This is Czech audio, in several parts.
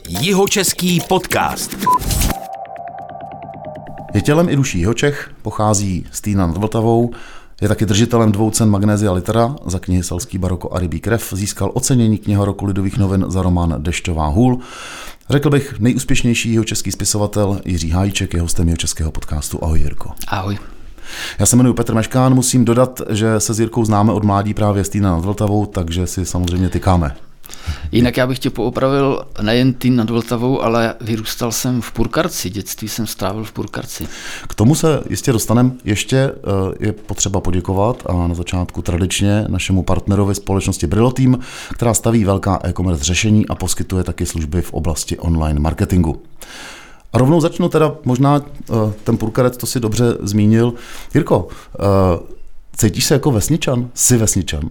Jihočeský podcast. Je tělem i duší Jihočech, pochází z Týna nad Vltavou, je taky držitelem 2 cen Magnesia Litera za knihy Selský baroko a Rybí krev, získal ocenění Kniha roku Lidových novin za román Dešťová hůl. Řekl bych, nejúspěšnější jihočeský spisovatel Jiří Hájíček je hostem Jihočeského podcastu. Ahoj, Jirko. Ahoj. Já se jmenuji Petr Meškán, musím dodat, že se s Jirkou známe od mládí právě z Týna nad Vltavou, takže si samozřejmě tykáme. Jinak já bych tě poopravil, nejen Týn nad Vltavou, ale vyrůstal jsem v Purkarci, dětství jsem strávil v Purkarci. K tomu se jistě dostaneme. Ještě je potřeba poděkovat a na začátku tradičně našemu partnerovi společnosti Brillo Team, která staví velká e-commerce řešení a poskytuje taky služby v oblasti online marketingu. A rovnou začnu teda, možná ten Purkarec, to si dobře zmínil. Jirko, cítíš se jako vesničan? Jsi vesničan?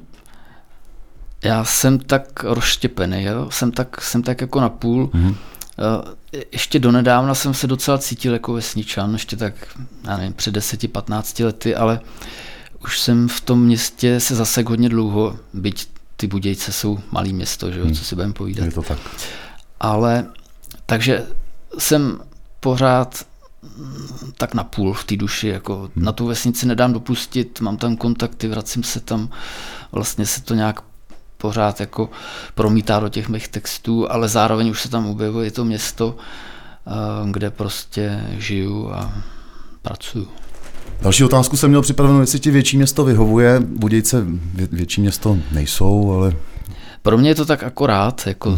Já jsem tak rozštěpený, jo? Jsem tak jako napůl. Mm-hmm. Ještě donedávna jsem se docela cítil jako vesničan, ještě tak, já nevím, před 10-15 lety, ale už jsem v tom městě se zasek hodně dlouho, byť ty Budějce jsou malý město, že jo? Co si budeme povídat. Je to tak. Ale, takže jsem pořád tak napůl v té duši, jako na tu vesnici nedám dopustit, mám tam kontakty, vracím se tam, vlastně se to nějak pořád jako promítá do těch mých textů, ale zároveň už se tam objevuje to město, kde prostě žiju a pracuju. Další otázku jsem měl připravenou, jestli ti větší město vyhovuje. Budějce větší město nejsou, ale... Pro mě je to tak akorát, jako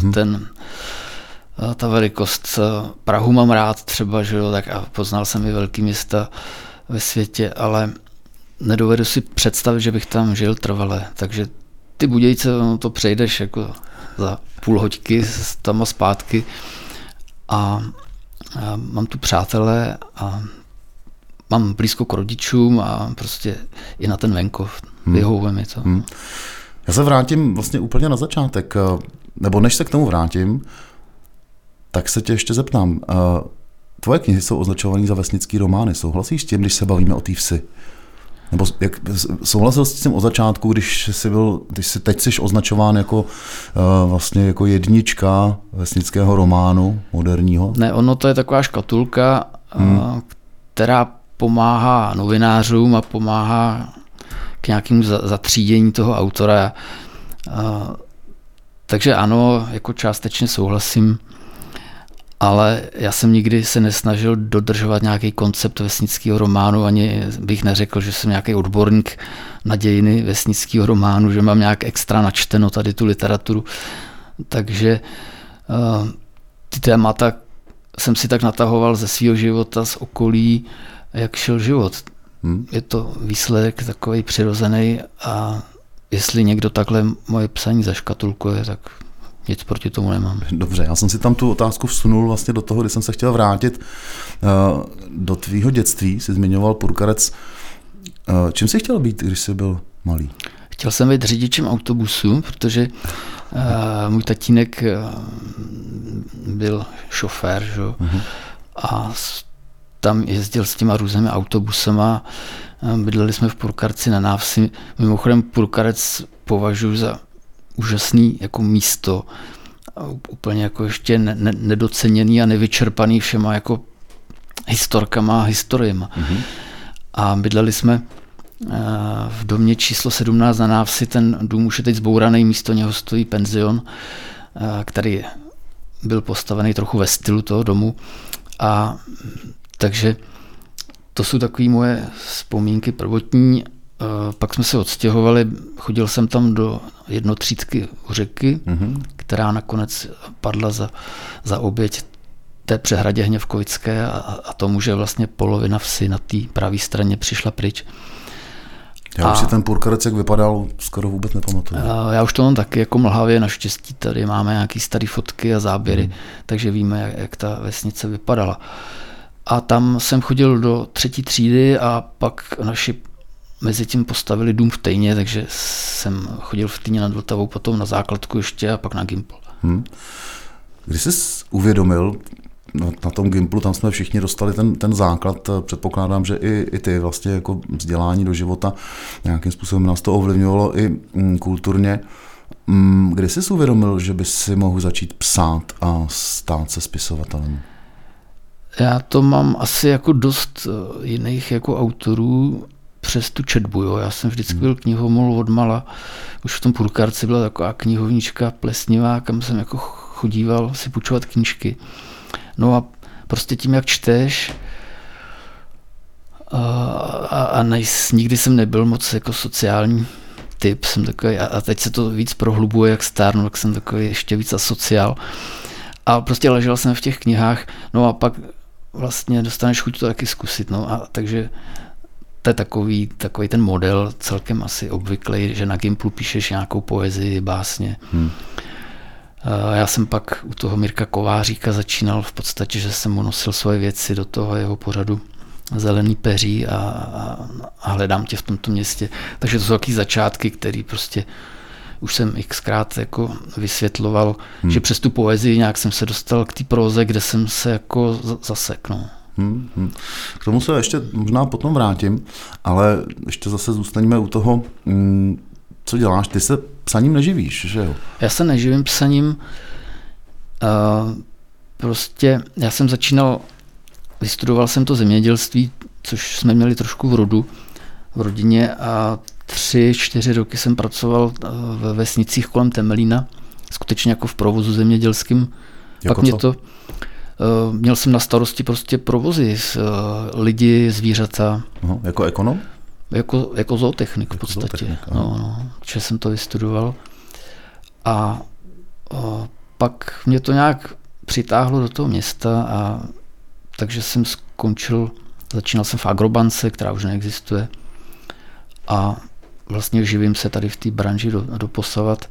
ta velikost. Prahu mám rád třeba, že jo, tak a poznal jsem i velký města ve světě, ale nedovedu si představit, že bych tam žil trvale, takže ty Budějce, to přejdeš jako za půl hoďky tam a zpátky a mám tu přátelé a mám blízko k rodičům a prostě i na ten venkov. Vyhovuje mi to. Já se vrátím vlastně úplně na začátek, nebo než se k tomu vrátím, tak se tě ještě zeptám. Tvoje knihy jsou označované za vesnický romány. Souhlasíš s tím, když se bavíme o té vsi? Nebo souhlasil jsi s tím od začátku, když jsi teď jsi označován jako vlastně jako jednička vesnického románu moderního? Ne, ono to je taková škatulka, která pomáhá novinářům a pomáhá k nějakému zatřídění toho autora. Takže ano, jako částečně souhlasím, ale já jsem nikdy se nesnažil dodržovat nějaký koncept vesnického románu, ani bych neřekl, že jsem nějaký odborník na dějiny vesnického románu, že mám nějak extra načteno tady tu literaturu. Takže ty témata jsem si tak natahoval ze svého života, z okolí, jak šel život. Je to výsledek takovej přirozený a jestli někdo takhle moje psaní zaškatulkuje, tak nic proti tomu nemám. Dobře, já jsem si tam tu otázku vsunul vlastně do toho, kdy jsem se chtěl vrátit do tvýho dětství. Jsi zmiňoval Purkarec. Čím jsi chtěl být, když jsi byl malý? Chtěl jsem být řidičem autobusu, protože můj tatínek byl šofér, že? A tam jezdil s těma různými autobusama. Bydleli jsme v Purkarci na návsi. Mimochodem Purkarec považuji za úžasný jako místo, úplně jako ještě nedoceněný a nevyčerpaný všema jako historkama a historiema. A bydleli jsme v domě číslo 17 na návsi, ten dům už je teď zbouraný, místo něho stojí penzion, který byl postavený trochu ve stylu toho domu. A takže to jsou takové moje vzpomínky prvotní. Pak jsme se odstěhovali, chodil jsem tam do jednotřídky u řeky, která nakonec padla za oběť té přehradě Hněvkovické a tomu, že vlastně polovina vsi na té pravé straně přišla pryč. Já už si ten Purkarec, jak vypadal, skoro vůbec nepamatuju. Já už to mám taky jako mlhavě, naštěstí tady máme nějaké staré fotky a záběry, takže víme, jak ta vesnice vypadala. A tam jsem chodil do 3. třídy a pak naši mezi tím postavili dům v Tejně, takže jsem chodil v Týně nad Vltavou, potom na základku ještě a pak na Gimpl. Když jsi uvědomil, na tom Gimplu, tam jsme všichni dostali ten základ, předpokládám, že i ty vlastně jako vzdělání do života nějakým způsobem nás to ovlivňovalo i kulturně. Kdy jsi uvědomil, že bys si mohl začít psát a stát se spisovatelem? Já to mám asi jako dost jiných jako autorů přes tu četbu. Jo. Já jsem vždycky byl knihomol odmala. Už v tom Purkarci byla taková knihovnička plesnivá, kam jsem jako chodíval si půjčovat knížky. No a prostě tím, jak čteš, nikdy jsem nebyl moc jako sociální typ, jsem takový, a teď se to víc prohlubuje, jak stárnu, tak jsem takový ještě víc asociál. A prostě ležel jsem v těch knihách, no a pak vlastně dostaneš chuť to taky zkusit, no a takže to je takový ten model celkem asi obvyklý, že na Gimplu píšeš nějakou poezii, básně. Já jsem pak u toho Mirka Kováříka začínal v podstatě, že jsem mu nosil svoje věci do toho jeho pořadu Zelený peří a hledám tě v tomto městě. Takže to jsou takový začátky, který prostě už jsem xkrát jako vysvětloval, že přes tu poezii nějak jsem se dostal k té próze, kde jsem se jako zaseknul. K tomu se ještě možná potom vrátím, ale ještě zase zůstaňme u toho, co děláš. Ty se psaním neživíš, že jo? Já se neživím psaním. Prostě já jsem začínal, vystudoval jsem to zemědělství, což jsme měli trošku v rodině a 3-4 roky jsem pracoval ve vesnicích kolem Temelína, skutečně jako v provozu zemědělským. Jako Měl jsem na starosti prostě provozy, lidi, zvířata. Jako ekonom? Jako zootechnik v podstatě. Že jsem to vystudoval. A pak mě to nějak přitáhlo do toho města a takže jsem začínal jsem v Agrobance, která už neexistuje. A vlastně živím se tady v té branži doposavat.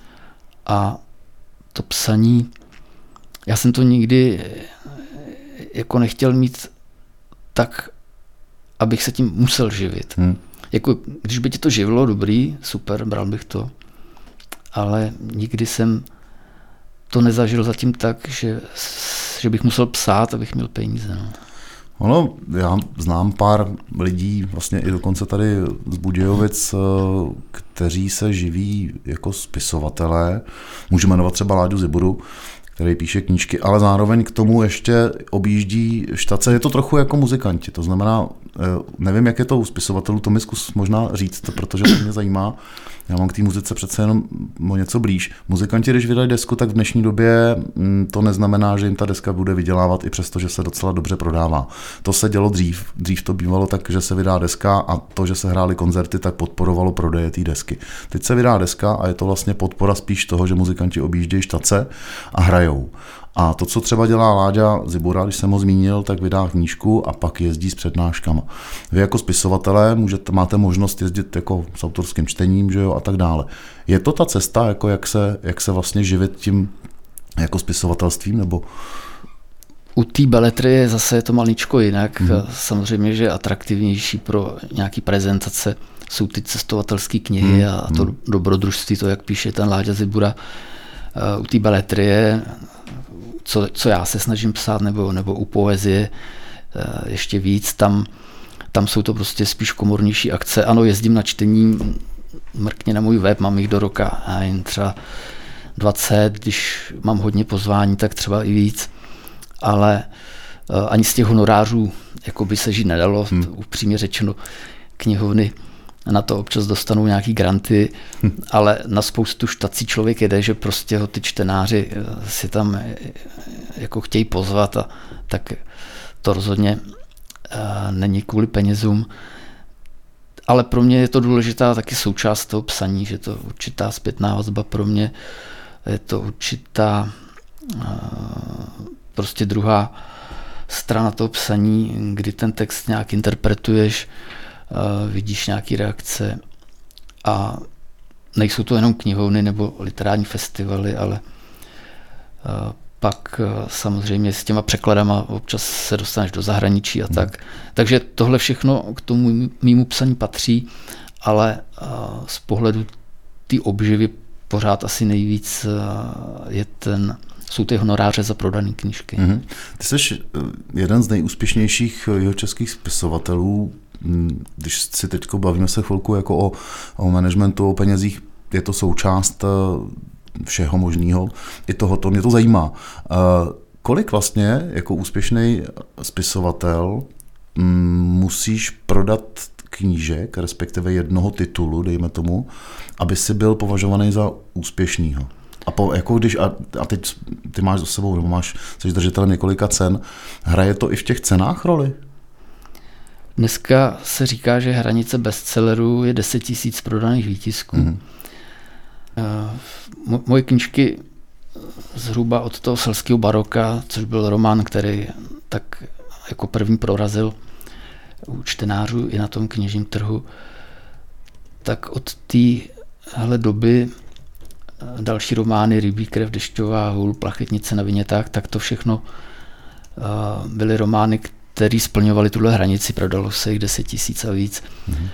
A to psaní, já jsem to nikdy jako nechtěl mít tak, abych se tím musel živit. Jako, když by ti to živilo, dobrý, super, bral bych to. Ale nikdy jsem to nezažil zatím tak, že bych musel psát, abych měl peníze. No. Ono, já znám pár lidí, vlastně i dokonce tady z Budějovic, kteří se živí jako spisovatelé. Můžu jmenovat třeba Láďu Ziburu, který píše knížky, ale zároveň k tomu ještě objíždí štace. Je to trochu jako muzikanti, to znamená, nevím, jak je to u spisovatelů, to mi zkus možná říct, protože to mě zajímá. Já mám k té muzice přece jenom o něco blíž. Muzikanti, když vydají desku, tak v dnešní době to neznamená, že jim ta deska bude vydělávat i přesto, že se docela dobře prodává. To se dělo dřív. Dřív to bývalo tak, že se vydá deska a to, že se hrály koncerty, tak podporovalo prodeje té desky. Teď se vydá deska a je to vlastně podpora spíš toho, že muzikanti objíždějí štace a hrajou. A to, co třeba dělá Láďa Zibura, když jsem ho zmínil, tak vydá knížku a pak jezdí s přednáškama. Vy jako spisovatelé máte možnost jezdit jako s autorským čtením, že jo, a tak dále. Je to ta cesta, jako jak se vlastně živit tím jako spisovatelstvím, nebo? U té beletrie zase je to maličko jinak. Samozřejmě, že atraktivnější pro nějaký prezentace jsou ty cestovatelské knihy a to dobrodružství, to, jak píše ten Láďa Zibura. U té beletrie, co já se snažím psát, nebo u poezie ještě víc, tam jsou to prostě spíš komornější akce. Ano, jezdím na čtení, mrkně na můj web, mám jich do roka a jen třeba 20, když mám hodně pozvání, tak třeba i víc, ale ani z těch honorářů jako by se žít nedalo, upřímně řečeno, knihovny na to občas dostanou nějaký granty, ale na spoustu štací člověk jede, že prostě ho ty čtenáři si tam jako chtějí pozvat a tak to rozhodně není kvůli penězům. Ale pro mě je to důležitá taky součást toho psaní, že to určitá zpětná vazba pro mě, je to určitá prostě druhá strana toho psaní, kdy ten text nějak interpretuješ, vidíš nějaké reakce a nejsou to jenom knihovny nebo literární festivaly, ale pak samozřejmě s těma překladama občas se dostaneš do zahraničí a tak. Takže tohle všechno k tomu mému psaní patří, ale z pohledu té obživy pořád asi nejvíc jsou ty honoráře za prodané knížky. Ty jsi jeden z nejúspěšnějších jihočeských spisovatelů. Když si teď bavíme se chvilku jako o managementu, o penězích, je to součást všeho možného, i tohoto, mě to zajímá. Kolik vlastně jako úspěšný spisovatel musíš prodat knížek, respektive jednoho titulu, dejme tomu, aby si byl považovaný za úspěšnýho? Jako když, a teď ty máš za sebou, nebo jsi držitelem několika cen, hraje to i v těch cenách roli? Dneska se říká, že hranice bestsellerů je 10 000 prodaných výtisků. Mm-hmm. Moje knížky zhruba od toho selského baroka, což byl román, který tak jako první prorazil u čtenářů i na tom knižním trhu, tak od téhle doby další romány, Rybí krev, Dešťová hůl, Plachetnice na vinětách, tak to všechno byly romány, které splňovaly tuhle hranici, prodalo se jich 10 000 a víc. Mm-hmm.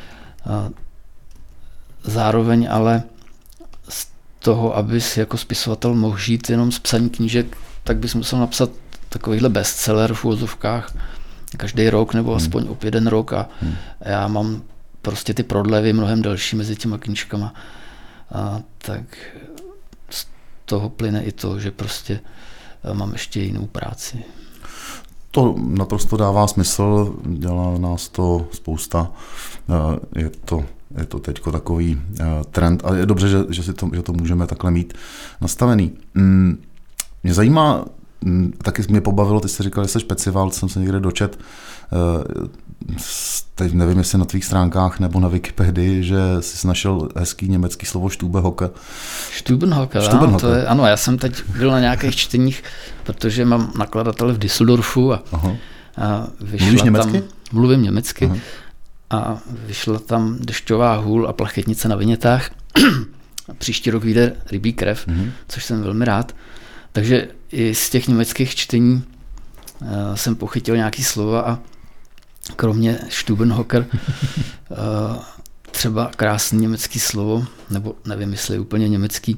Zároveň ale z toho, abys jako spisovatel mohl žít jenom z psaní knížek, tak bys musel napsat takovýhle bestseller v úvozovkách každý rok nebo aspoň o 1 rok a já mám prostě ty prodlevy mnohem delší mezi těma knížkama. Tak z toho plyne i to, že prostě mám ještě jinou práci. To naprosto dává smysl, dělá nás to spousta, je to teďko takový trend a je dobře, že to můžeme takhle mít nastavený. Mě zajímá, taky mě pobavilo, ty jsi říkal, že jsi špecival, jsem se někde dočet, teď nevím, jestli na tvých stránkách nebo na Wikipedii, že jsi našel hezký německý slovo Stubenhocker. Stubenhocker, ano, já jsem teď byl na nějakých čteních, protože mám nakladatele v Düsseldorfu a Mluvíš německy? Mluvím německy. Aha. A vyšla tam Dešťová hůl a Plachetnice na vinětách. Příští rok vyjde Rybí krev, což jsem velmi rád. Takže i z těch německých čtení jsem pochytil nějaký slova a kromě Stubenhocker třeba krásný německý slovo, nebo nevím, jestli je úplně německý,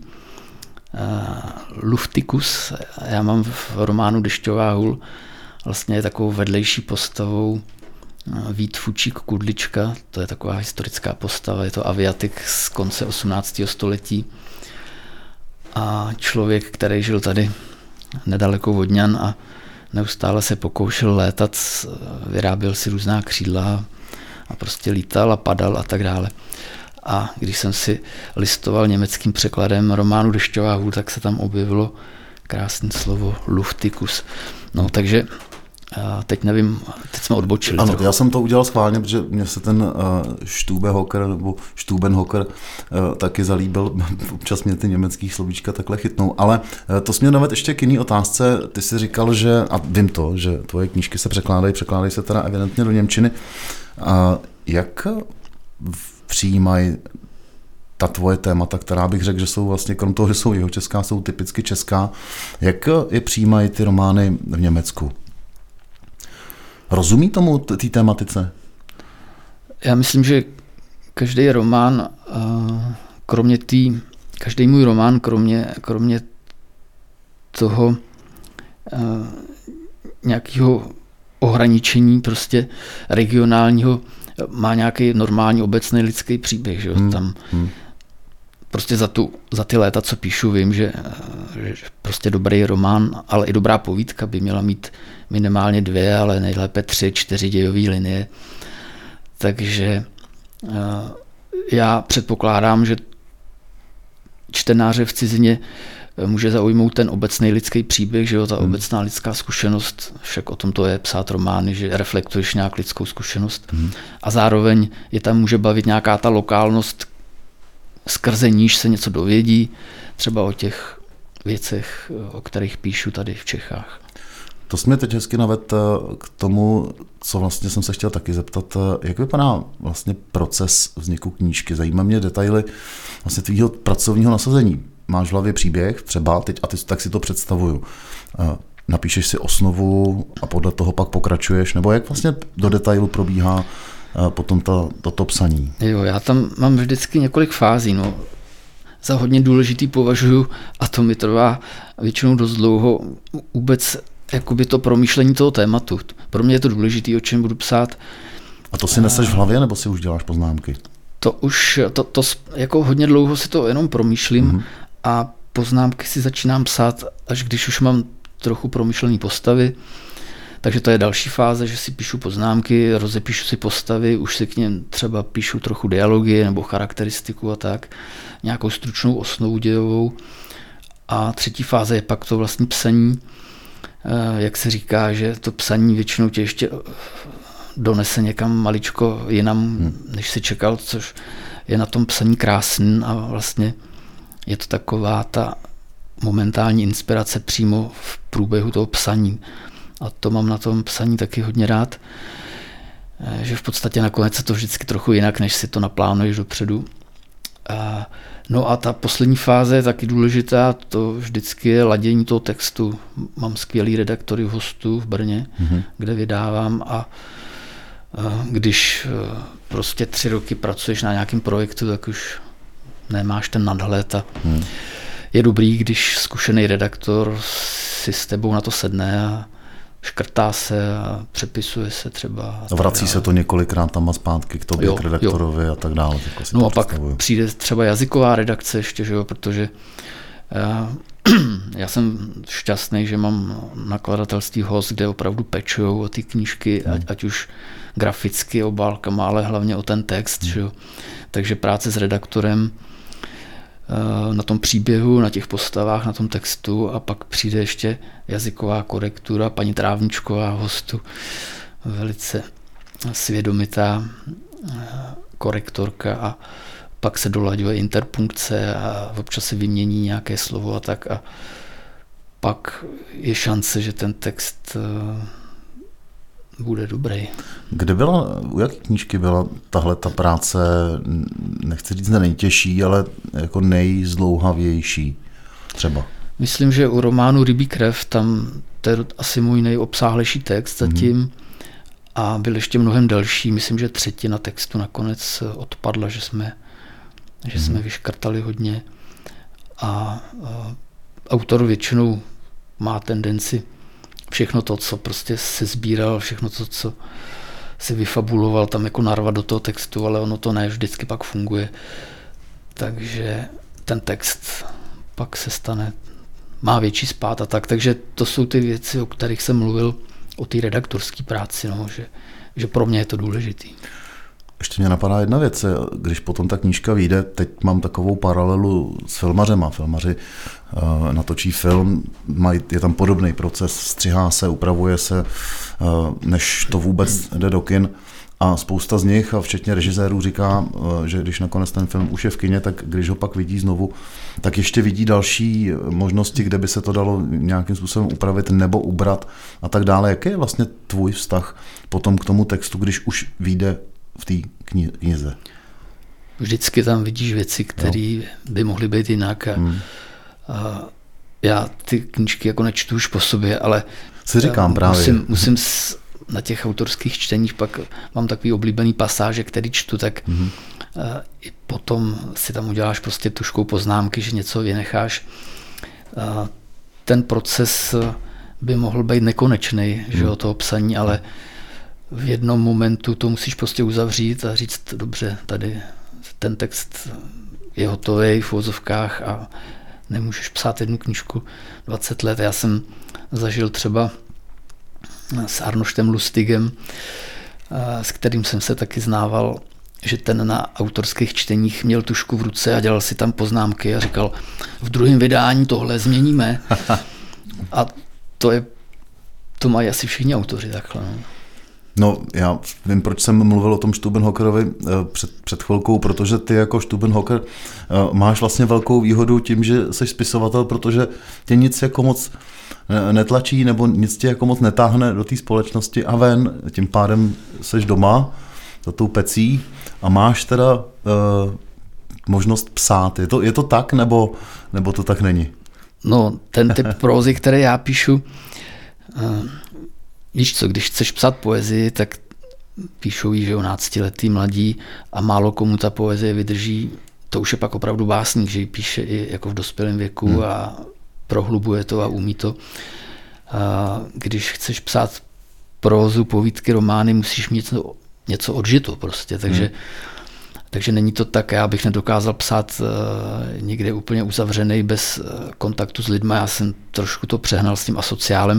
Luftikus. Já mám v románu Dešťová hůl vlastně takovou vedlejší postavou Vít Fučík Kudlička, to je taková historická postava, je to aviatik z konce 18. století a člověk, který žil tady nedaleko Vodňan a neustále se pokoušel létat, vyráběl si různá křídla a prostě lítal a padal a tak dále. A když jsem si listoval německým překladem románu Dešťová hůl, tak se tam objevilo krásné slovo Luftikus. No takže teď nevím, teď jsme odbočili. Ano, já jsem to udělal schválně, protože mně se ten Stubenhocker nebo Stubenhocker taky zalíbil. Občas mě ty německý slovíčka takhle chytnou. Ale to směl navést ještě k jiný otázce. Ty jsi říkal, že, a vím to, že tvoje knížky se překládají se teda evidentně do němčiny. Jak přijímají ta tvoje témata, která bych řekl, že jsou vlastně, krom toho, že jsou jihočeská, jsou typicky česká, jak je přijímají ty romány v Německu? Rozumí tomu té tématice? Já myslím, že každý román, každý můj román, kromě toho nějakého ohraničení prostě regionálního, má nějaký normální obecný lidský příběh. Že? Tam prostě za ty léta, co píšu, vím, že prostě dobrý román, ale i dobrá povídka by měla mít minimálně 2, ale nejlépe 3, 4 dějové linie. Takže já předpokládám, že čtenáře v cizině může zaujmout ten obecný lidský příběh, že jo, ta obecná lidská zkušenost, však o tom to je psát romány, že reflektuješ nějak lidskou zkušenost a zároveň je tam může bavit nějaká ta lokálnost, skrze níž se něco dovědí, třeba o těch věcech, o kterých píšu tady v Čechách. To jsi mě teď hezky navedl k tomu, co vlastně jsem se chtěl taky zeptat, jak vypadá vlastně proces vzniku knížky. Zajímají mě detaily vlastně tvýho pracovního nasazení. Máš v hlavě příběh třeba teď a tak si to představuju. Napíšeš si osnovu a podle toho pak pokračuješ, nebo jak vlastně do detailu probíhá potom toto psaní? Jo, já tam mám vždycky několik fází. No. Za hodně důležitý považuji, a to mi trvá většinou dost dlouho, vůbec jakoby to promýšlení toho tématu. Pro mě je to důležitý, o čem budu psát. A to si neseš v hlavě, nebo si už děláš poznámky? To jako hodně dlouho si to jenom promýšlím a poznámky si začínám psát, až když už mám trochu promyšlený postavy. Takže to je další fáze, že si píšu poznámky, rozepíšu si postavy, už si k něm třeba píšu trochu dialogy nebo charakteristiku a tak, nějakou stručnou osnovu dějovou. A třetí fáze je pak to vlastní psaní. Jak se říká, že to psaní většinou tě ještě donese někam maličko jinam, než si čekal, což je na tom psaní krásný a vlastně je to taková ta momentální inspirace přímo v průběhu toho psaní. A to mám na tom psaní taky hodně rád, že v podstatě nakonec je to vždycky trochu jinak, než si to naplánuješ dopředu. No a ta poslední fáze je taky důležitá, to vždycky je ladění toho textu. Mám skvělý redaktory v Hostu v Brně, kde vydávám a když prostě 3 roky pracuješ na nějakém projektu, tak už nemáš ten nadhled a je dobrý, když zkušený redaktor si s tebou na to sedne a škrtá se a přepisuje se třeba. A vrací se to několikrát tam a zpátky k tobě, k redaktorovi a tak dále. No a pak přijde třeba jazyková redakce ještě, že jo, protože já jsem šťastný, že mám nakladatelství Host, kde opravdu pečujou o ty knížky, ať už graficky obálkama, ale hlavně o ten text. Že jo. Takže práce s redaktorem na tom příběhu, na těch postavách, na tom textu a pak přijde ještě jazyková korektura, paní Trávničková Hostu, velice svědomitá korektorka a pak se dolaďuje interpunkce a občas se vymění nějaké slovo a tak a pak je šance, že ten text bude dobrý. U jaké knížky byla tahle ta práce, nechci říct nejtěžší, ale jako nejzdlouhavější třeba? Myslím, že u románu Rybí krev, tam to je asi můj nejobsáhlejší text zatím a byl ještě mnohem delší. Myslím, že 1/3 textu nakonec odpadla, že jsme vyškrtali hodně a autor většinou má tendenci všechno to, co prostě se sbíral, všechno to, co si vyfabuloval, tam jako narvat do toho textu, ale ono to ne vždycky pak funguje. Takže ten text pak se stane, má větší spád a tak. Takže to jsou ty věci, o kterých jsem mluvil, o té redaktorské práci, no, že pro mě je to důležitý. Ještě mě napadá jedna věc, když potom ta knížka vyjde, teď mám takovou paralelu s filmařema. Filmaři natočí film, je tam podobný proces, střihá se, upravuje se, než to vůbec jde do kin. A spousta z nich, a včetně režisérů, říká, že když nakonec ten film už je v kině, tak když ho pak vidí znovu, tak ještě vidí další možnosti, kde by se to dalo nějakým způsobem upravit nebo ubrat a tak dále. Jaký je vlastně tvůj vztah potom k tomu textu, když už vyjde v té knize? Vždycky tam vidíš věci, které by mohly být jinak. A já ty knížky jako nečtu už po sobě, ale si říkám právě. Musím na těch autorských čteních pak mám takový oblíbený pasáže, který čtu, tak i potom si tam uděláš prostě tužkou poznámky, že něco vynecháš. Ten proces by mohl být nekonečný, že o toho psaní, ale v jednom momentu to musíš prostě uzavřít a říct, dobře, tady ten text je hotový v uvozovkách a nemůžeš psát jednu knížku 20 let. Já jsem zažil třeba s Arnoštem Lustigem, s kterým jsem se taky znával, že ten na autorských čteních měl tužku v ruce a dělal si tam poznámky a říkal, v druhém vydání tohle změníme. A to mají asi všichni autoři takhle. No, já vím, proč jsem mluvil o tom Stubenhokerovi před chvilkou, protože ty jako Stubenhoker máš vlastně velkou výhodu tím, že jsi spisovatel, protože tě nic jako moc netlačí nebo nic tě jako moc netáhne do té společnosti a ven, tím pádem seš doma za tou pecí a máš teda možnost psát. Je to tak, nebo to tak není? No, ten typ prózy, který já píšu, víš co, když chceš psát poezii, tak píšou ji, že 11letý mladí a málo komu ta poezie vydrží. To už je pak opravdu básník, že ji píše i jako v dospělém věku a prohlubuje to a umí to. A když chceš psát prózu, povídky, romány, musíš mít něco odžito prostě, takže Takže není to tak, já bych nedokázal psát někde úplně uzavřený bez kontaktu s lidmi. Já jsem trošku to přehnal s tím asociálem.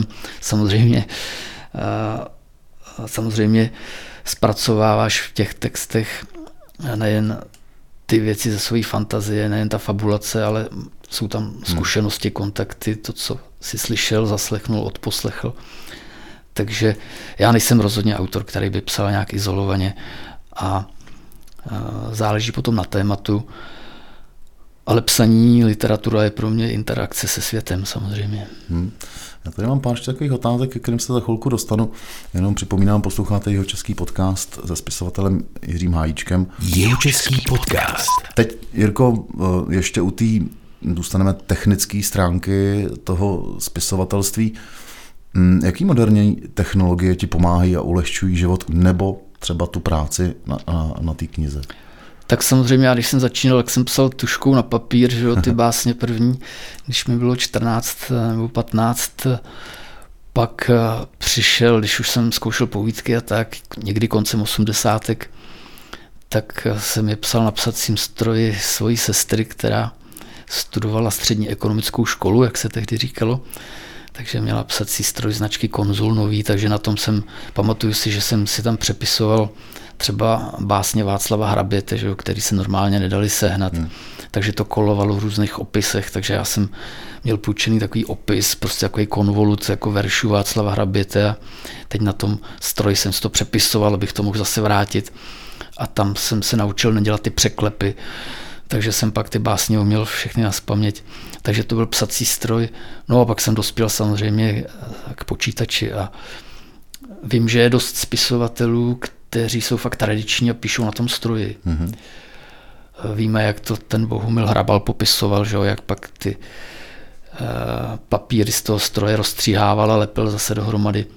Samozřejmě zpracováváš v těch textech nejen ty věci ze své fantazie, nejen ta fabulace, ale jsou tam zkušenosti, kontakty, to, co si slyšel, zaslechnul, odposlechl. Takže já nejsem rozhodně autor, který by psal nějak izolovaně a záleží potom na tématu, ale psaní, literatura je pro mě interakce se světem samozřejmě. Já tady mám pár takových otázek, ke kterým se za chvilku dostanu. Jenom připomínám, posloucháte Jihočeský podcast se spisovatelem Jiřím Hájíčkem. Jihočeský podcast. Teď, Jirko, ještě u té dostaneme technické stránky toho spisovatelství. Jaký moderní technologie ti pomáhají a ulehčují život nebo třeba tu práci na té knize? Tak samozřejmě, já když jsem začínal, tak jsem psal tuškou na papír, že jo, ty básně první, když mi bylo 14 nebo 15, pak přišel, když už jsem zkoušel povídky a tak, někdy koncem 80. tak jsem je psal na psacím stroji svojí sestry, která studovala střední ekonomickou školu, jak se tehdy říkalo, takže měla psací stroj značky Konzul nový, takže na tom pamatuju si, že jsem si tam přepisoval třeba básně Václava Hraběte, že, který se normálně nedali sehnat. Takže to kolovalo v různých opisech, takže já jsem měl půjčený takový opis, prostě takový konvolut jako veršů Václava Hraběte a teď na tom stroji jsem si to přepisoval, abych to mohl zase vrátit a tam jsem se naučil nedělat ty překlepy, takže jsem pak ty básně uměl všechny nazpaměť. Takže to byl psací stroj. No a pak jsem dospěl samozřejmě k počítači a vím, že je dost spisovatelů, kteří jsou fakt tradiční a píšou na tom stroji. Víme, jak to ten Bohumil Hrabal popisoval, že jo, jak pak ty papíry z toho stroje rozstříhával a lepil zase dohromady.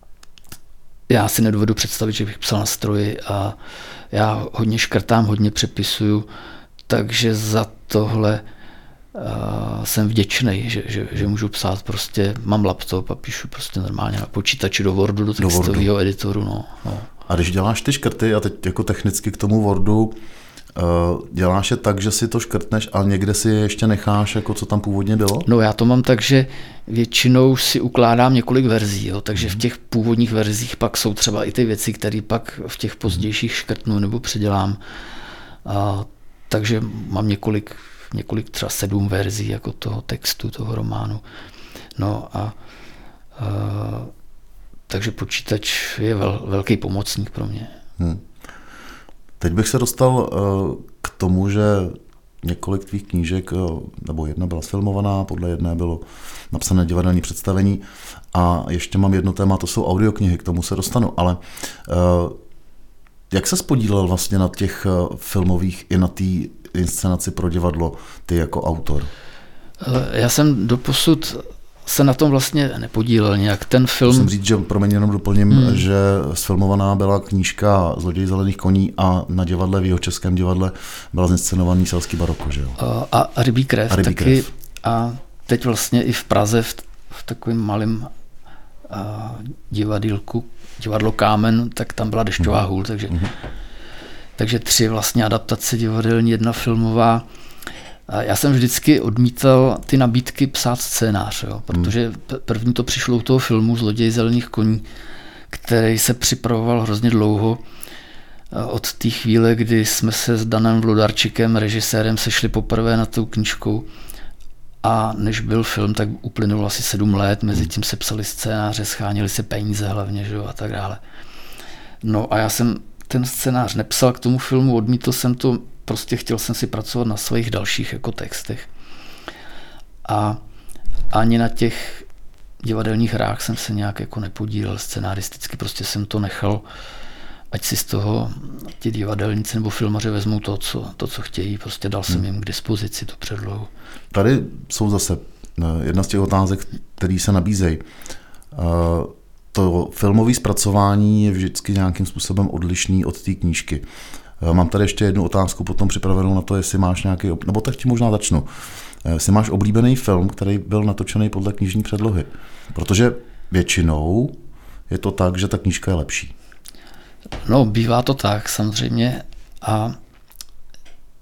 Já si nedovedu představit, že bych psal na stroji a já hodně škrtám, hodně přepisuju, takže za tohle jsem vděčný, že můžu psát prostě, mám laptop a píšu prostě normálně na počítači do Wordu, do textového editoru. No. A když děláš ty škrty a teď jako technicky k tomu Wordu, děláš je tak, že si to škrtneš, ale někde si je ještě necháš, jako co tam původně bylo? No já to mám tak, že většinou si ukládám několik verzí, jo, takže v těch původních verzích pak jsou třeba i ty věci, které pak v těch pozdějších škrtnu nebo předělám. Takže mám několik třeba 7 verzí jako toho textu, toho románu. No a takže počítač je velký pomocník pro mě. Teď bych se dostal k tomu, že několik tvých knížek, nebo jedna byla sfilmovaná, podle jedné bylo napsané divadelní představení a ještě mám jedno téma, to jsou audioknihy, k tomu se dostanu, ale jak ses podílel vlastně na těch filmových i na té inscenaci pro divadlo, ty jako autor? Já jsem doposud se na tom vlastně nepodílel nějak. Ten film... Musím říct, že promiň, jenom doplním, že sfilmovaná byla knížka Zloděj zelených koní a na divadle v Jihočeském divadle byla zinscenovaný selský baroko, že jo? A Rybí krev taky. A teď vlastně i v Praze v takovém malém divadlo Kámen, tak tam byla Dešťová hůl, takže 3 vlastně adaptace divadelní, 1 filmová. Já jsem vždycky odmítal ty nabídky psát scénář, jo, protože první to přišlo u toho filmu Zloděj zelených koní, který se připravoval hrozně dlouho. Od té chvíle, kdy jsme se s Danem Vlodarčikem, režisérem, sešli poprvé nad tou knížkou a než byl film, tak uplynulo asi 7 let, mezi tím se psali scénáře, schánili se peníze hlavně, že jo, a tak dále. No a já jsem ten scénář nepsal k tomu filmu, odmítl jsem to, prostě chtěl jsem si pracovat na svých dalších jako textech. A ani na těch divadelních hrách jsem se nějak jako nepodílel scenaristicky, prostě jsem to nechal, ať si z toho ti divadelníci nebo filmaři vezmou to, co chtějí, prostě dal jsem jim k dispozici tu předlohu. Tady jsou zase jedna z těch otázek, které se nabízejí. To filmové zpracování je vždycky nějakým způsobem odlišný od té knížky. Mám tady ještě jednu otázku potom připravenou na to, jestli máš nějaký, nebo tak ti možná začnu. Jestli máš oblíbený film, který byl natočený podle knižní předlohy. Protože většinou je to tak, že ta knížka je lepší. No, bývá to tak samozřejmě a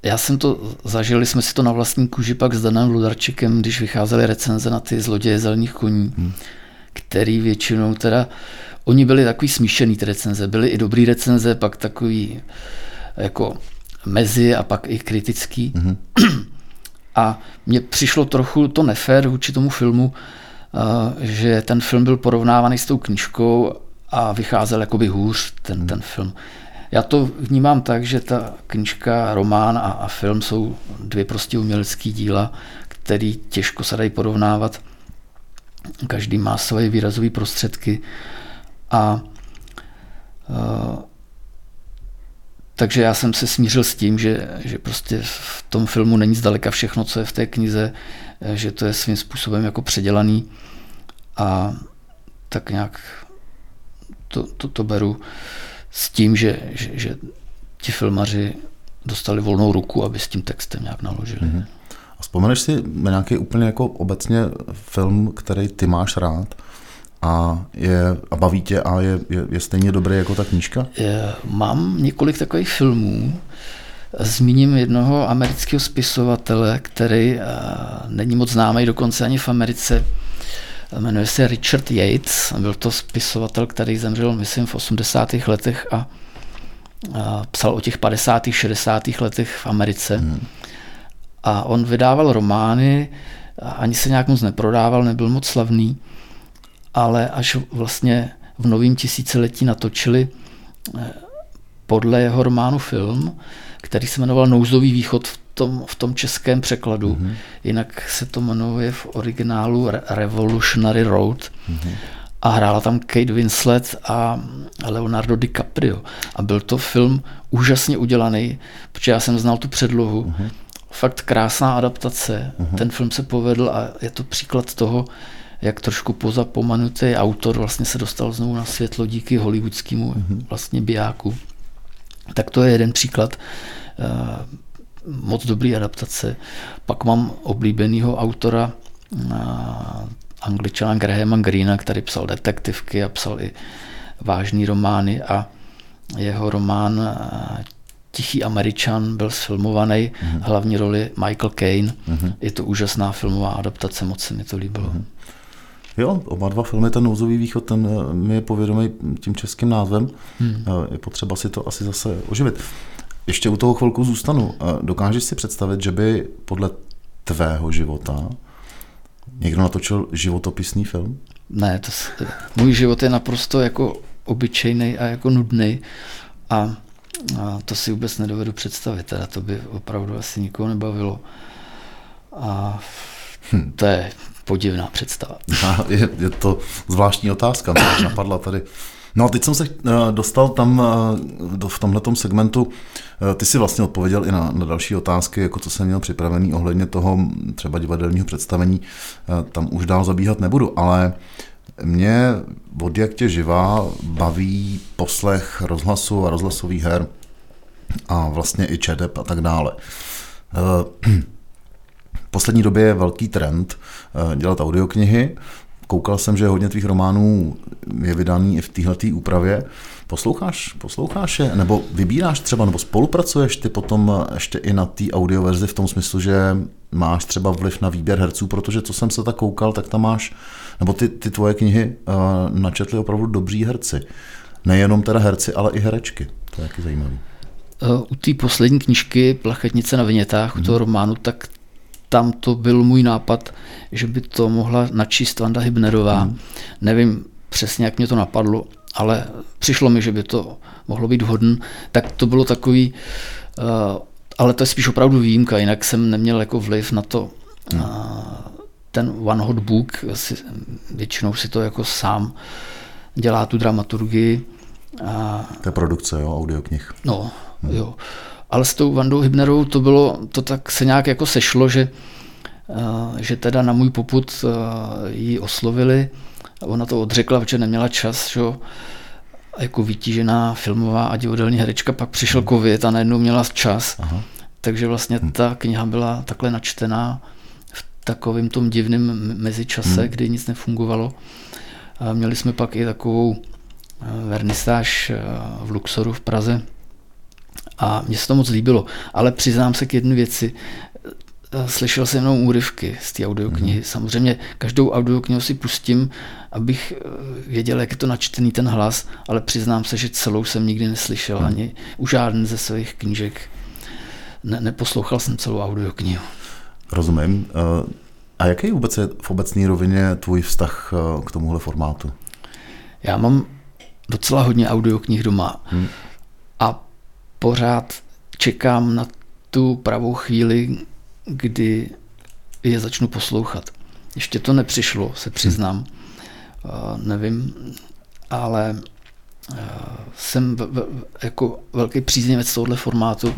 Já jsem to, zažili jsme si to na vlastní kůži pak s Danem Ludarčikem, když vycházely recenze na ty Zloděje zelených koní, který většinou teda, oni byli takový smíšený ty recenze, byly i dobrý recenze, pak takový jako mezi a pak i kritický. A mně přišlo trochu to nefér vůči tomu filmu, že ten film byl porovnávaný s tou knížkou a vycházel jakoby hůř ten film. Já to vnímám tak, že ta knížka, román a film jsou dvě prostě umělecké díla, které těžko se dají porovnávat. Každý má svoje výrazové prostředky takže já jsem se smířil s tím, že prostě v tom filmu není zdaleka všechno, co je v té knize, že to je svým způsobem jako předělaný a tak nějak to beru s tím, že ti filmaři dostali volnou ruku, aby s tím textem nějak naložili. A vzpomeneš si na nějaký úplně jako obecně film, který ty máš rád a baví tě a je stejně dobrý jako ta knížka? Mám několik takových filmů. Zmíním jednoho amerického spisovatele, který není moc známý dokonce ani v Americe. Jmenuje se Richard Yates. Byl to spisovatel, který zemřel, myslím, v 80. letech a psal o těch 50. 60. letech v Americe. A on vydával romány, ani se nějak moc neprodával, nebyl moc slavný, ale až vlastně v novém tisíciletí natočili podle jeho románu film, který se jmenoval Nouzový východ v tom českém překladu. Jinak se to jmenuje v originálu Revolutionary Road. A hrála tam Kate Winslet a Leonardo DiCaprio. A byl to film úžasně udělaný, protože já jsem znal tu předlohu. Fakt krásná adaptace. Ten film se povedl a je to příklad toho, jak trošku pozapomenutý autor vlastně se dostal znovu na světlo díky hollywoodskému vlastně bijáku. Tak to je jeden příklad moc dobrý adaptace. Pak mám oblíbenýho autora Angličana Grahama Greena, který psal detektivky a psal i vážný romány a jeho román Tichý Američan byl sfilmovaný, hlavní roli Michael Caine. Je to úžasná filmová adaptace, moc se mi to líbilo. Jo, oba dva filmy, ten Nouzový východ, ten mi je povědomý tím českým názvem. Je potřeba si to asi zase oživit. Ještě u toho chvilku zůstanu. Dokážeš si představit, že by podle tvého života někdo natočil životopisný film? Ne, můj život je naprosto jako obyčejný a jako nudný a to si vůbec nedovedu představit. Teda to by opravdu asi nikoho nebavilo. A to je podivná představa. Je to zvláštní otázka, mě napadla tady. No a teď jsem se dostal tam v tomhletom segmentu, ty si vlastně odpověděl i na další otázky, jako co jsem měl připravený ohledně toho třeba divadelního představení, tam už dál zabíhat nebudu, ale mě od jak tě živá baví poslech rozhlasu a rozhlasových her a vlastně i četeb a tak dále. V poslední době je velký trend dělat audioknihy. Koukal jsem, že hodně tvých románů je vydaný i v téhletý úpravě. Posloucháš je? Nebo vybíráš třeba, nebo spolupracuješ ty potom ještě i na té audioverzi v tom smyslu, že máš třeba vliv na výběr herců, protože co jsem se tak koukal, tak tam máš, nebo ty tvoje knihy načetly opravdu dobří herci. Nejenom teda herci, ale i herečky. To je taky zajímavý. U té poslední knížky Plachetnice na vinětách, u toho románu, tak tam to byl můj nápad, že by to mohla načíst Vanda Hybnerová. Nevím přesně, jak mě to napadlo, ale přišlo mi, že by to mohlo být vhodné. Tak to bylo takový, ale to je spíš opravdu výjimka, jinak jsem neměl jako vliv na to. Ten One Hot Book, většinou si to jako sám dělá tu dramaturgii. To je produkce, jo, audioknih. No, jo. Ale s tou Vandou Hybnerovou to tak se nějak jako sešlo, že teda na můj popud ji oslovili. Ona to odřekla, protože neměla čas, že? Jako vytížená filmová a divadelní herečka, pak přišel covid a najednou měla čas. Aha. Takže vlastně ta kniha byla takhle načtená v takovém tom divném mezičase, kdy nic nefungovalo. A měli jsme pak i takovou vernisáž v Luxoru v Praze A mně se to moc líbilo. Ale přiznám se k jedné věci. Slyšel jsem jenom úryvky z té audioknihy. Samozřejmě každou audioknihu si pustím, abych věděl, jak je to načtený ten hlas, ale přiznám se, že celou jsem nikdy neslyšel ani u žádné ze svých knížek. Neposlouchal jsem celou audioknihu. Rozumím. A jaký vůbec je v obecné rovině tvůj vztah k tomuhle formátu? Já mám docela hodně audioknih doma a pořád čekám na tu pravou chvíli, kdy je začnu poslouchat. Ještě to nepřišlo, se přiznám. Nevím, ale jsem jako velký příznivec tohohle formátu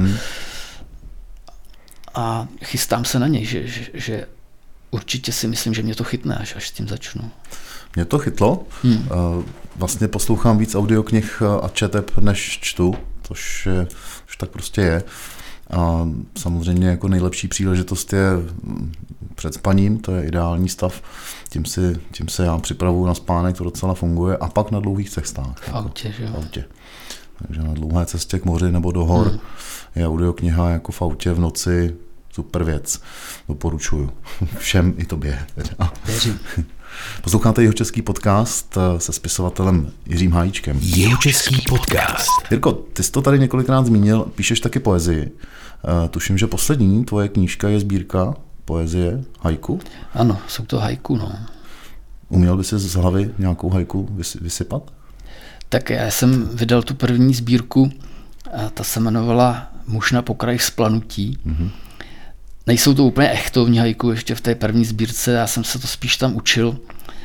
a chystám se na něj, že určitě si myslím, že mě to chytne, až s tím začnu. Mě to chytlo. Vlastně poslouchám víc audioknih a četeb, než čtu, což tak prostě je. A samozřejmě jako nejlepší příležitost je před spaním, to je ideální stav. Tím se já připravuju na spánek, to docela funguje. A pak na dlouhých cestách. V autě, že jo? V autě. Takže na dlouhé cestě k moři nebo do hor je audiokniha jako v autě v noci super věc. Doporučuju. Všem i tobě. Věřím. Posloucháte Jihočeský podcast se spisovatelem Jiřím Hájíčkem. Jihočeský podcast. Jirko, ty jsi to tady několikrát zmínil, píšeš taky poezii. Tuším, že poslední tvoje knížka je sbírka poezie haiku. Ano, jsou to haiku, no. Uměl by si z hlavy nějakou haiku vysypat? Tak já jsem vydal tu první sbírku, a ta se jmenovala Muž na pokraji splanutí. Nejsou to úplně echtovní haiku ještě v té první sbírce, já jsem se to spíš tam učil.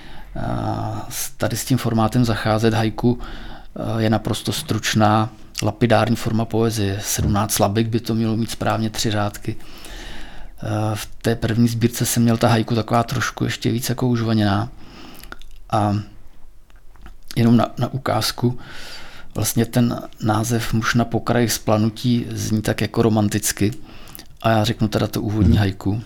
Tady s tím formátem zacházet haiku je naprosto stručná, lapidární forma poezie. 17 slabik by to mělo mít správně 3 řádky. V té první sbírce jsem měl ta haiku taková trošku ještě víc jako užvaněná. A jenom na ukázku, vlastně ten název Muž na pokraji splanutí zní tak jako romanticky. A já řeknu teda to úvodní haiku.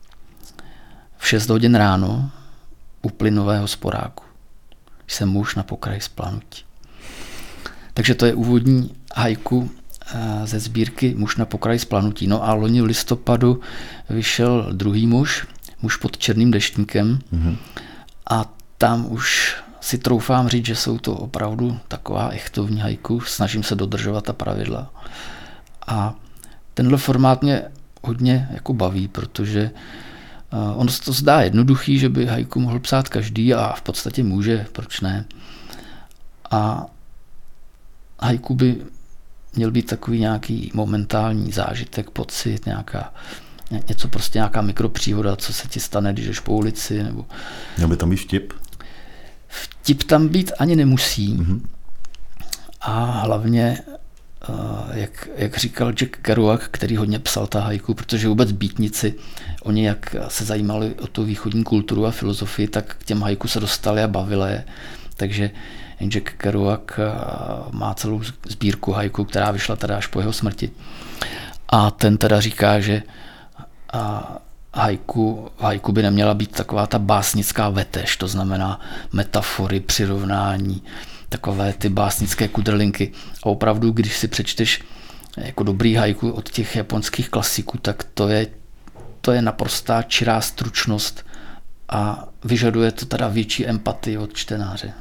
V 6 hodin ráno u plynového sporáku jsem muž na pokraji splanutí. Takže to je úvodní haiku ze sbírky Muž na pokraji splanutí. No a loni v listopadu vyšel druhý muž pod černým deštníkem. A tam už si troufám říct, že jsou to opravdu taková echtovní haiku. Snažím se dodržovat ta pravidla. A tenhle formát mě hodně jako baví, protože ono se to zdá jednoduchý, že by haiku mohl psát každý a v podstatě může, proč ne. A haiku by měl být takový nějaký momentální zážitek, pocit, něco prostě nějaká mikropříhoda, co se ti stane, když jdeš po ulici. Nebo... Měl by tam být vtip? Vtip tam být ani nemusí. A hlavně jak říkal Jack Kerouac, který hodně psal ta haiku, protože vůbec beatnici, oni jak se zajímali o tu východní kulturu a filozofii, tak k těm haiku se dostali a bavili je. Takže Jack Kerouac má celou sbírku haiku, která vyšla teda až po jeho smrti. A ten teda říká, že haiku by neměla být taková ta básnická vetež, to znamená metafory, přirovnání, takové ty básnické kudrlinky. A opravdu, když si přečteš jako dobrý haiku od těch japonských klasiků, tak to je naprostá čirá stručnost a vyžaduje to teda větší empatii od čtenáře.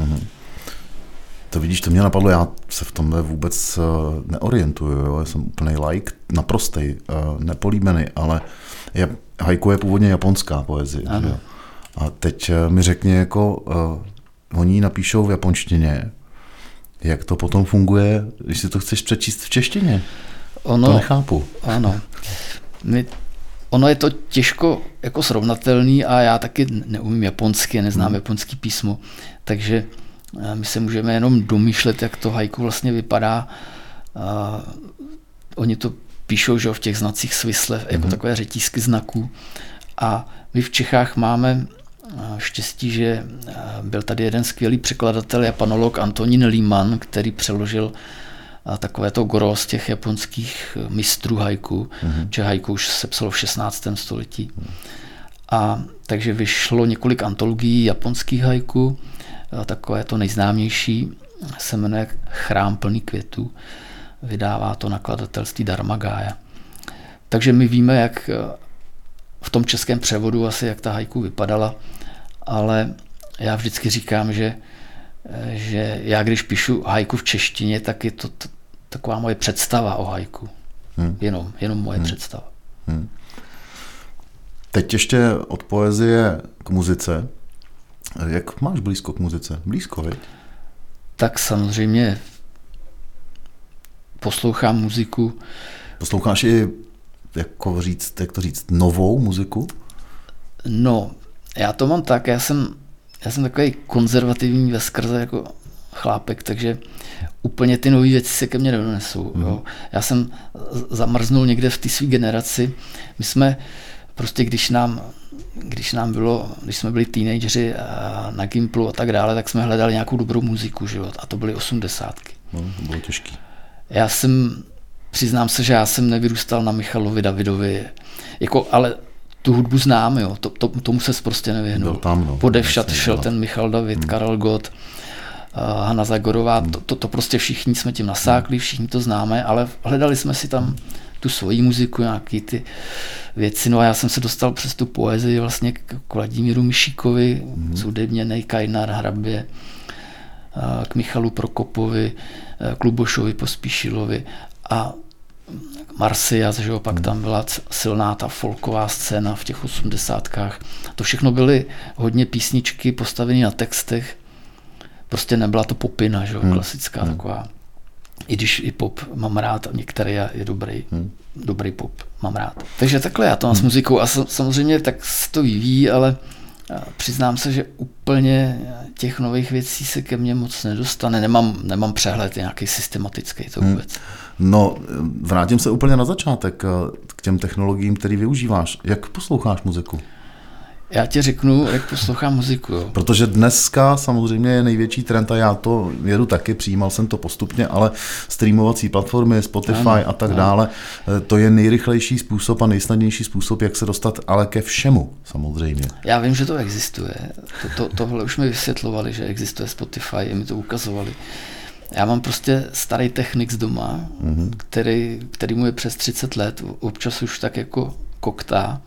To vidíš, to mě napadlo, já se v tomhle vůbec neorientuju, jo? Já jsem úplnej laik, naprostej, nepolíbený, ale haiku je původně japonská poezie. Že? A teď mi řekni, jako oni ji napíšou v japonštině, jak to potom funguje, když si to chceš přečíst v češtině? To nechápu. Ano. Ono je to těžko jako srovnatelný a já taky neumím japonsky, neznám japonský písmo, takže my se můžeme jenom domýšlet, jak to haiku vlastně vypadá. Oni to píšou, že v těch znacích svisle, jako takové řetízky znaků. A my v Čechách máme štěstí, že byl tady jeden skvělý překladatel, japanolog Antonín Líman, který přeložil takové to gros z těch japonských mistrů haiku, že haiku už se psalo v 16. století. A takže vyšlo několik antologií japonských haiku, takové to nejznámější se jmenuje Chrám plný květů vydává to nakladatelství Dharmagaya. Takže my víme, jak v tom českém převodu asi, jak ta haiku vypadala, ale já vždycky říkám, že já když píšu haiku v češtině, tak je to taková moje představa o haiku. Jenom moje představa. Teď ještě od poezie k muzice. Jak máš blízko k muzice? Blízko, viď? Tak samozřejmě poslouchám muziku. Posloucháš i, jak to říct, novou muziku? No, já to mám tak, já jsem takový konzervativní veskrze jako chlápek, takže úplně ty nové věci se ke mně nedonesou. Jo. Já jsem zamrznul někde v té své generaci. My jsme prostě, když jsme byli teenageři na Gimplu a tak dále, tak jsme hledali nějakou dobrou muziku, že jo, a to byly 80. No, to bylo těžký. Přiznám se, že já jsem nevyrůstal na Michalovi Davidovi, ale tu hudbu znám, jo, tomu se prostě nevyhnul. Podevšad šel ten Michal David, Karel Gott, Hana Zagorová, to prostě všichni jsme tím nasákli, všichni to známe, ale hledali jsme si tam tu svoji muziku, nějaký ty věci. No a já jsem se dostal přes tu poezii vlastně k Vladimíru Mišíkovi, zhudebněnej Kajnar, Hrabě, k Michalu Prokopovi, k Lubošovi Pospíšilovi a Marsyas, že jo, pak tam byla silná ta folková scéna v těch 80kách. To všechno byly hodně písničky postavené na textech, prostě nebyla to popina, že jo, klasická taková. I když i pop mám rád a některý je dobrý pop mám rád. Takže takhle já to mám s muzikou a samozřejmě tak se to vyvíjí, ale přiznám se, že úplně těch nových věcí se ke mně moc nedostane. Nemám přehled nějaký systematický to vůbec. No, vrátím se úplně na začátek k těm technologiím, který využíváš. Jak posloucháš muziku? Já ti řeknu, jak poslouchám muziku. Jo. Protože dneska samozřejmě je největší trend a já to jedu taky, přijímal jsem to postupně, ale streamovací platformy, Spotify a tak dále, to je nejrychlejší způsob a nejsnadnější způsob, jak se dostat ale ke všemu samozřejmě. Já vím, že to existuje. Tohle už mi vysvětlovali, že existuje Spotify, mi to ukazovali. Já mám prostě starý Technics doma, který mu je přes 30 let, občas už tak jako koktá.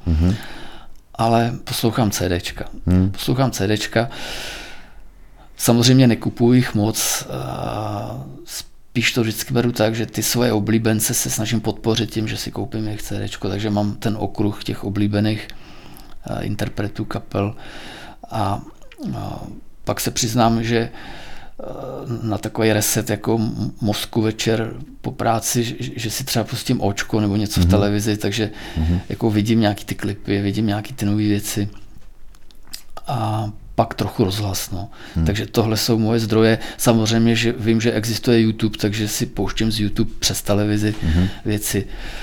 Ale poslouchám CDčka. Samozřejmě nekupuji jich moc, spíš to vždycky beru tak, že ty svoje oblíbence se snažím podpořit tím, že si koupím jejich CDčko, takže mám ten okruh těch oblíbených interpretů, kapel a pak se přiznám, že na takový reset jako mozku večer po práci, že si třeba pustím Očko nebo něco v televizi, takže jako vidím nějaký ty klipy, vidím nějaký ty nové věci a pak trochu rozhlas. No. Takže tohle jsou moje zdroje. Samozřejmě, že vím, že existuje YouTube, takže si pouštím z YouTube přes televizi věci.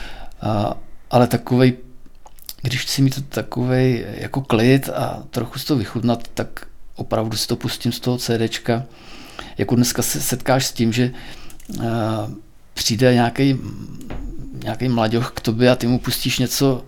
Ale takovej, když chci mít takovej jako klid a trochu si to vychutnat, tak opravdu si to pustím z toho CDčka. Jako dneska se setkáš s tím, že přijde nějaký mladěch k tobě a ty mu pustíš něco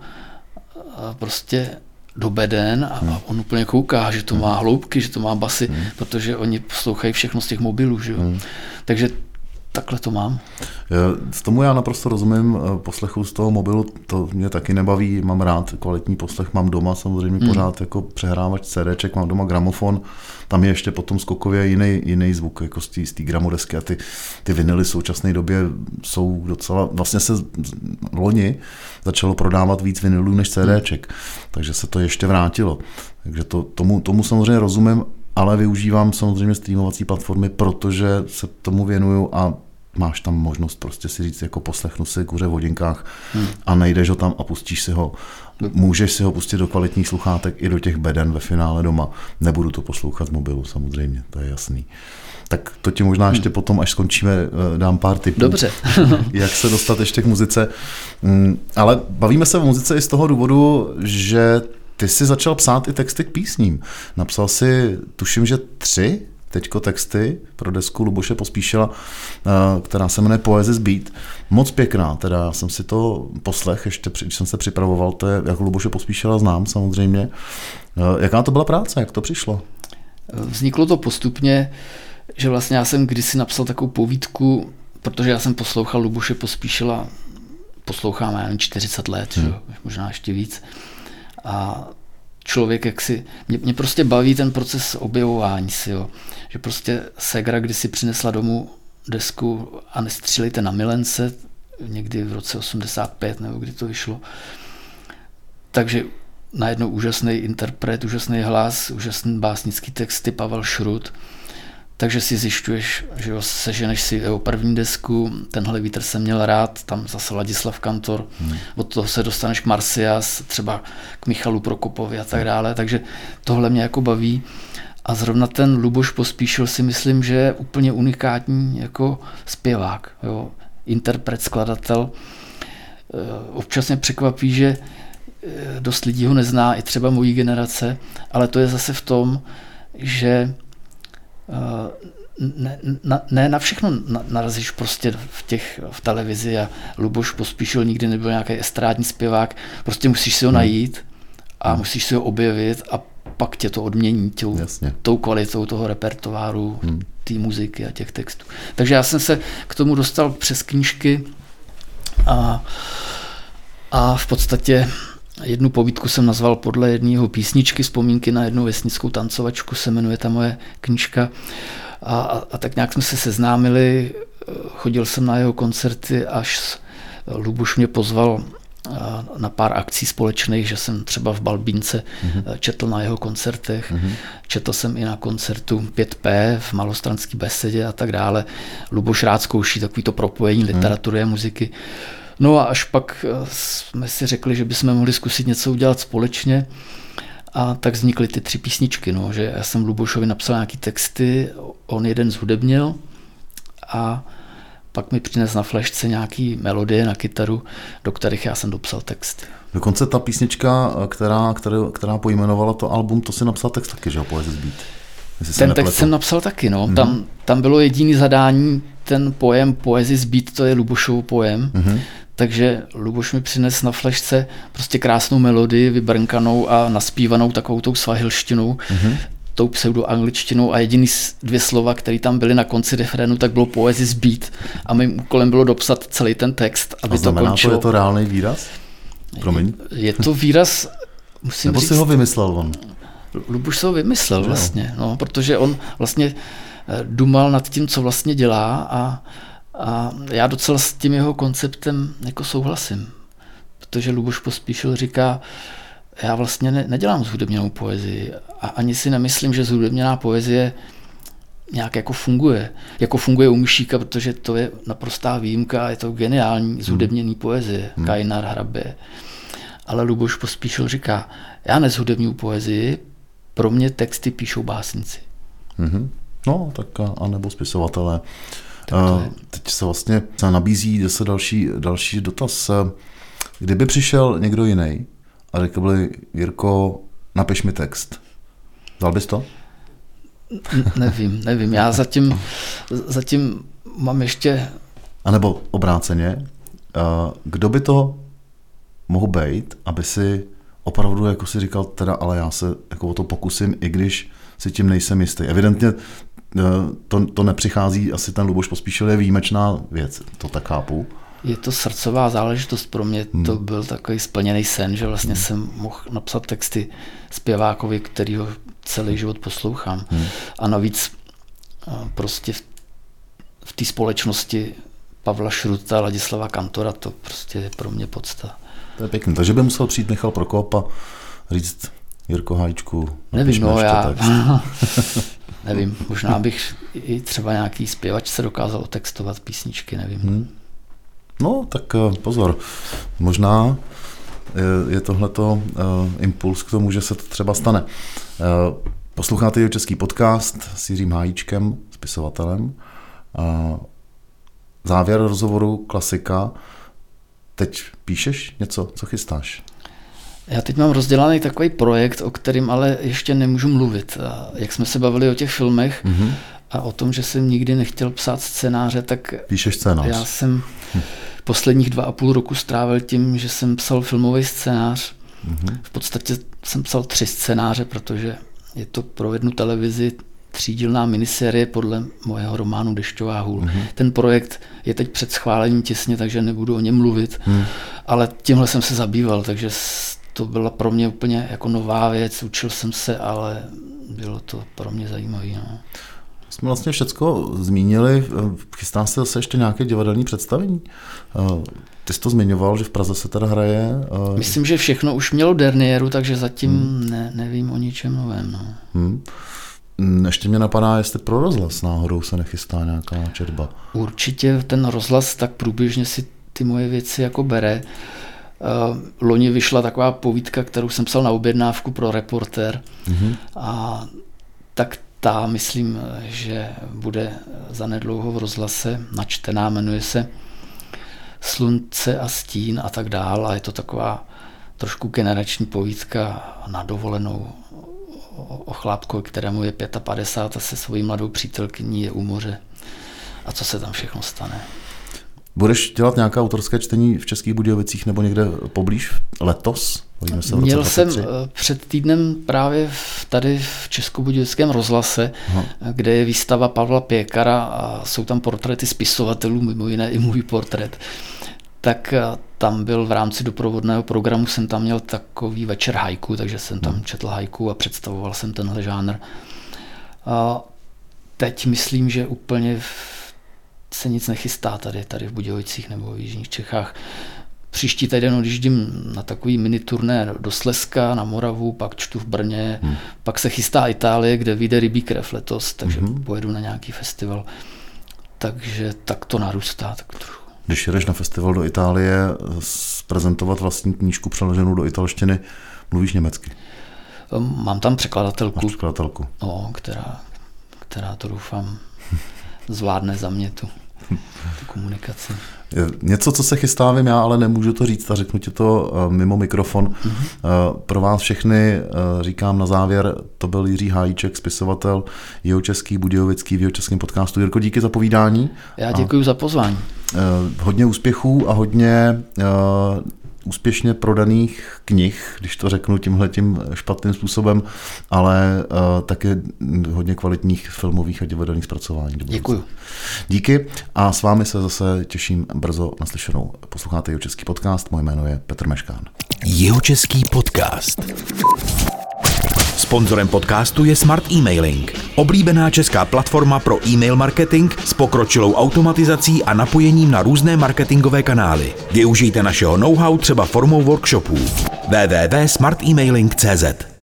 prostě do beden a on úplně kouká, že to má hloubky, že to má basy, protože oni poslouchají všechno z těch mobilů. Že jo? Takže takhle to mám. Z tomu já naprosto rozumím, poslechu z toho mobilu, to mě taky nebaví, mám rád kvalitní poslech, mám doma samozřejmě pořád jako přehrávač CDček, mám doma gramofon, tam je ještě potom skokově jiný zvuk, jako z té gramodesky a ty vinily v současné době jsou docela, vlastně se loni začalo prodávat víc vinylů než CDček, takže se to ještě vrátilo. Takže tomu samozřejmě rozumím, ale využívám samozřejmě streamovací platformy, protože se tomu věnuju a máš tam možnost prostě si říct, jako poslechnu si Kuře v hodinkách a najdeš ho tam a pustíš si ho. Můžeš si ho pustit do kvalitních sluchátek i do těch beden ve finále doma. Nebudu to poslouchat z mobilu samozřejmě, to je jasný. Tak to ti možná ještě potom, až skončíme, dám pár tipů. Dobře. Jak se dostat ještě k muzice. Ale bavíme se o muzice i z toho důvodu, že ty jsi začal psát i texty k písním. Napsal si, tuším, že 3 teďko texty pro desku Luboše Pospíšila, která se jmenuje Poesis Beat. Moc pěkná, teda já jsem si to poslech, ještě když jsem se připravoval, to je, jako Luboše Pospíšila znám samozřejmě. Jaká to byla práce, jak to přišlo? Vzniklo to postupně, že vlastně já jsem kdysi napsal takovou povídku protože já jsem poslouchal Luboše Pospíšila, poslouchám já 40 let, možná ještě víc. A člověk, mě prostě baví ten proces objevování si, jo. Že prostě ségra kdysi přinesla domů desku a nestřílejte na milence, někdy v roce 85, nebo kdy to vyšlo. Takže najednou úžasný interpret, úžasný hlas, úžasný básnický texty, Pavel Šrut. Takže si zjišťuješ, že jo, seženeš si jeho první desku, Tenhle vítr jsem měl rád, tam zase Ladislav Kantor, od toho se dostaneš k Marsyas, třeba k Michalu Prokopovi a tak dále, takže tohle mě jako baví. A zrovna ten Luboš Pospíšil si myslím, že je úplně unikátní jako zpěvák, jo, interpret, skladatel. Občas mě překvapí, že dost lidí ho nezná, i třeba mojí generace, ale to je zase v tom, že ne na všechno narazíš prostě v televizi a Luboš Pospíšil nikdy nebyl nějaký estrádní zpěvák, prostě musíš si ho najít a musíš si ho objevit a pak tě to odmění tou kvalitou toho repertoáru, té muziky a těch textů. Takže já jsem se k tomu dostal přes knížky a v podstatě jednu povídku jsem nazval podle jedné jeho písničky, Vzpomínky na jednu vesnickou tancovačku se jmenuje ta moje knížka. A tak nějak jsme se seznámili, chodil jsem na jeho koncerty, až Luboš mě pozval na pár akcí společných, že jsem třeba v Balbínce četl na jeho koncertech, četl jsem i na koncertu 5P v Malostranské besedě a tak dále. Luboš rád zkouší takovýto propojení literatury a muziky. No a až pak jsme si řekli, že bychom mohli zkusit něco udělat společně a tak vznikly ty 3 písničky, no, že já jsem Lubošovi napsal nějaký texty, on jeden zhudebnil a pak mi přines na flešce nějaký melodie na kytaru, do kterých já jsem dopsal text. Dokonce ta písnička, která pojmenovala to album, to si napsal text taky, že jo, Poesis Beat? Ten text jsem napsal taky, no. Tam bylo jediné zadání, ten pojem Poesis Beat, to je Lubošův pojem, takže Luboš mi přines na flešce prostě krásnou melodii, vybrnkanou a naspívanou takovou tou svahilštinou, tou pseudoangličtinou a jediný 2 slova, které tam byly na konci refrénu, tak bylo Poesis Beat a mým úkolem bylo dopsat celý ten text, aby to končilo. A je to reálný výraz? Promiň. Je to výraz, musím Nebo říct... si ho vymyslel on? Luboš se ho vymyslel vlastně, no, protože on vlastně dumal nad tím, co vlastně dělá a já docela s tím jeho konceptem jako souhlasím, protože Luboš Pospíšil říká, já vlastně nedělám zhudebněnou poezii a ani si nemyslím, že zhudebněná poezie nějak jako funguje. Jako funguje u Mušíka, protože to je naprostá výjimka a je to geniální zhudebněný poezie, Kajnar, Hrabě. Ale Luboš Pospíšil říká, já nezhudebňuju poezii, pro mě texty píšou básníci. No, tak a nebo spisovatelé. Teď se vlastně nabízí zase další dotaz. Kdyby přišel někdo jiný a řekl by, Jirko, napiš mi text, dal bys to? Nevím. Já zatím mám ještě... A nebo obráceně, kdo by to mohl být, aby si opravdu, jako si říkal, teda, ale já se jako o to pokusím, i když si tím nejsem jistý. Evidentně to nepřichází, asi ten Luboš Pospíšil je výjimečná věc, to tak chápu. Je to srdcová záležitost pro mě, to byl takový splněný sen, že vlastně jsem mohl napsat texty zpěvákovi, kterýho celý život poslouchám. A navíc prostě v té společnosti Pavla Šruta, Ladislava Kantora, to prostě je pro mě podsta. To je pěkný, takže by musel přijít Michal Prokop a říct, Jirko Hájčku, nevím, no já nevím, možná bych i třeba nějaký zpěvačce dokázal otextovat písničky, nevím. No, tak pozor, možná je tohleto impuls k tomu, že se to třeba stane. Posloucháte jeho český podcast s Jiřím Hájíčkem, spisovatelem. Závěr rozhovoru, klasika. Teď píšeš něco, co chystáš? Já teď mám rozdělaný takový projekt, o kterým ale ještě nemůžu mluvit. A jak jsme se bavili o těch filmech a o tom, že jsem nikdy nechtěl psát scénáře, tak píšeš scénář. Já jsem posledních 2,5 roku strávil tím, že jsem psal filmový scénář. V podstatě jsem psal 3 scénáře, protože je to pro jednu televizi třídílná minisérie podle mojeho románu Dešťová hůl. Ten projekt je teď před schválením těsně, takže nebudu o něm mluvit, ale tímhle jsem se zabýval, takže to byla pro mě úplně jako nová věc, učil jsem se, ale bylo to pro mě zajímavé. No. Jsme vlastně všecko zmínili, chystá se zase ještě nějaké divadelní představení? Ty jsi to zmiňoval, že v Praze se teda hraje? Myslím, že všechno už mělo derniéru, takže zatím nevím o ničem novém. No. Ještě mě napadá, jestli pro rozhlas náhodou se nechystá nějaká četba. Určitě ten rozhlas tak průběžně si ty moje věci jako bere. Loni vyšla taková povídka, kterou jsem psal na objednávku pro Reportér. A tak ta, myslím, že bude zanedlouho v rozhlase načtená, jmenuje se Slunce a stín a tak dál a je to taková trošku generační povídka na dovolenou o chlápkovi, kterému je 55 a se svojí mladou přítelkyní je u moře a co se tam všechno stane. Budeš dělat nějaká autorské čtení v Českých Budějovicích nebo někde poblíž letos? Měl jsem před týdnem právě tady v Českobudějovickém rozhlase, kde je výstava Pavla Pěkara a jsou tam portréty spisovatelů, mimo jiné i můj portrét. Tak tam byl v rámci doprovodného programu, jsem tam měl takový večer haiku, takže jsem tam četl haiku a představoval jsem tenhle žánr. A teď myslím, že úplně se nic nechystá tady v Budějovicích nebo v jižních Čechách. Příští týden odjíždím na takový mini turné do Slezska, na Moravu, pak čtu v Brně, pak se chystá Itálie, kde vyjde Rybí krev letos, takže pojedu na nějaký festival. Takže tak to narůstá tak trochu. Když jedeš na festival do Itálie prezentovat vlastní knížku přeloženou do italštiny, mluvíš německy? Mám tam překladatelku. Máš překladatelku. No, která to doufám zvládne za mě tu komunikaci. Něco, co se chystá, vím já, ale nemůžu to říct a řeknu ti to mimo mikrofon. Pro vás všechny říkám na závěr, to byl Jiří Hájíček, spisovatel jihočeský, budějovický v Jihočeském podcastu. Jirko, díky za povídání. Já děkuji za pozvání. Hodně úspěchů a hodně úspěšně prodaných knih, když to řeknu tímhletím špatným způsobem, ale také hodně kvalitních filmových a divadelních zpracování. Děkuju. Díky a s vámi se zase těším brzo naslyšenou. Posloucháte Jihočeský podcast, moje jméno je Petr Meškán. Jihočeský podcast. Sponzorem podcastu je Smart Emailing, oblíbená česká platforma pro e-mail marketing s pokročilou automatizací a napojením na různé marketingové kanály. Využijte našeho know-how třeba formou workshopů. www.smartemailing.cz